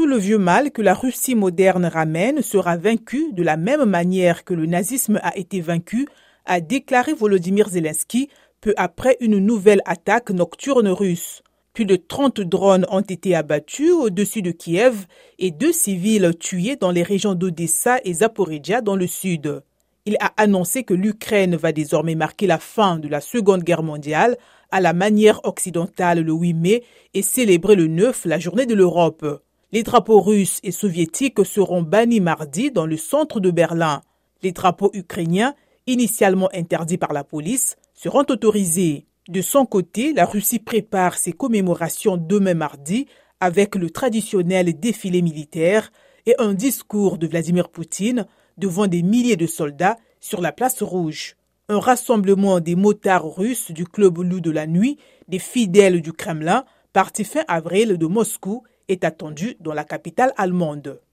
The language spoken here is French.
Tout le vieux mal que la Russie moderne ramène sera vaincu de la même manière que le nazisme a été vaincu, a déclaré Volodymyr Zelensky peu après une nouvelle attaque nocturne russe. Plus de 30 drones ont été abattus au-dessus de Kiev et 2 civils tués dans les régions d'Odessa et Zaporijia dans le sud. Il a annoncé que l'Ukraine va désormais marquer la fin de la Seconde Guerre mondiale à la manière occidentale le 8 mai et célébrer le 9 la journée de l'Europe. Les drapeaux russes et soviétiques seront bannis mardi dans le centre de Berlin. Les drapeaux ukrainiens, initialement interdits par la police, seront autorisés. De son côté, la Russie prépare ses commémorations demain mardi avec le traditionnel défilé militaire et un discours de Vladimir Poutine devant des milliers de soldats sur la place rouge. Un rassemblement des motards russes du club loup de la nuit, des fidèles du Kremlin, partis fin avril de Moscou, est attendu dans la capitale allemande.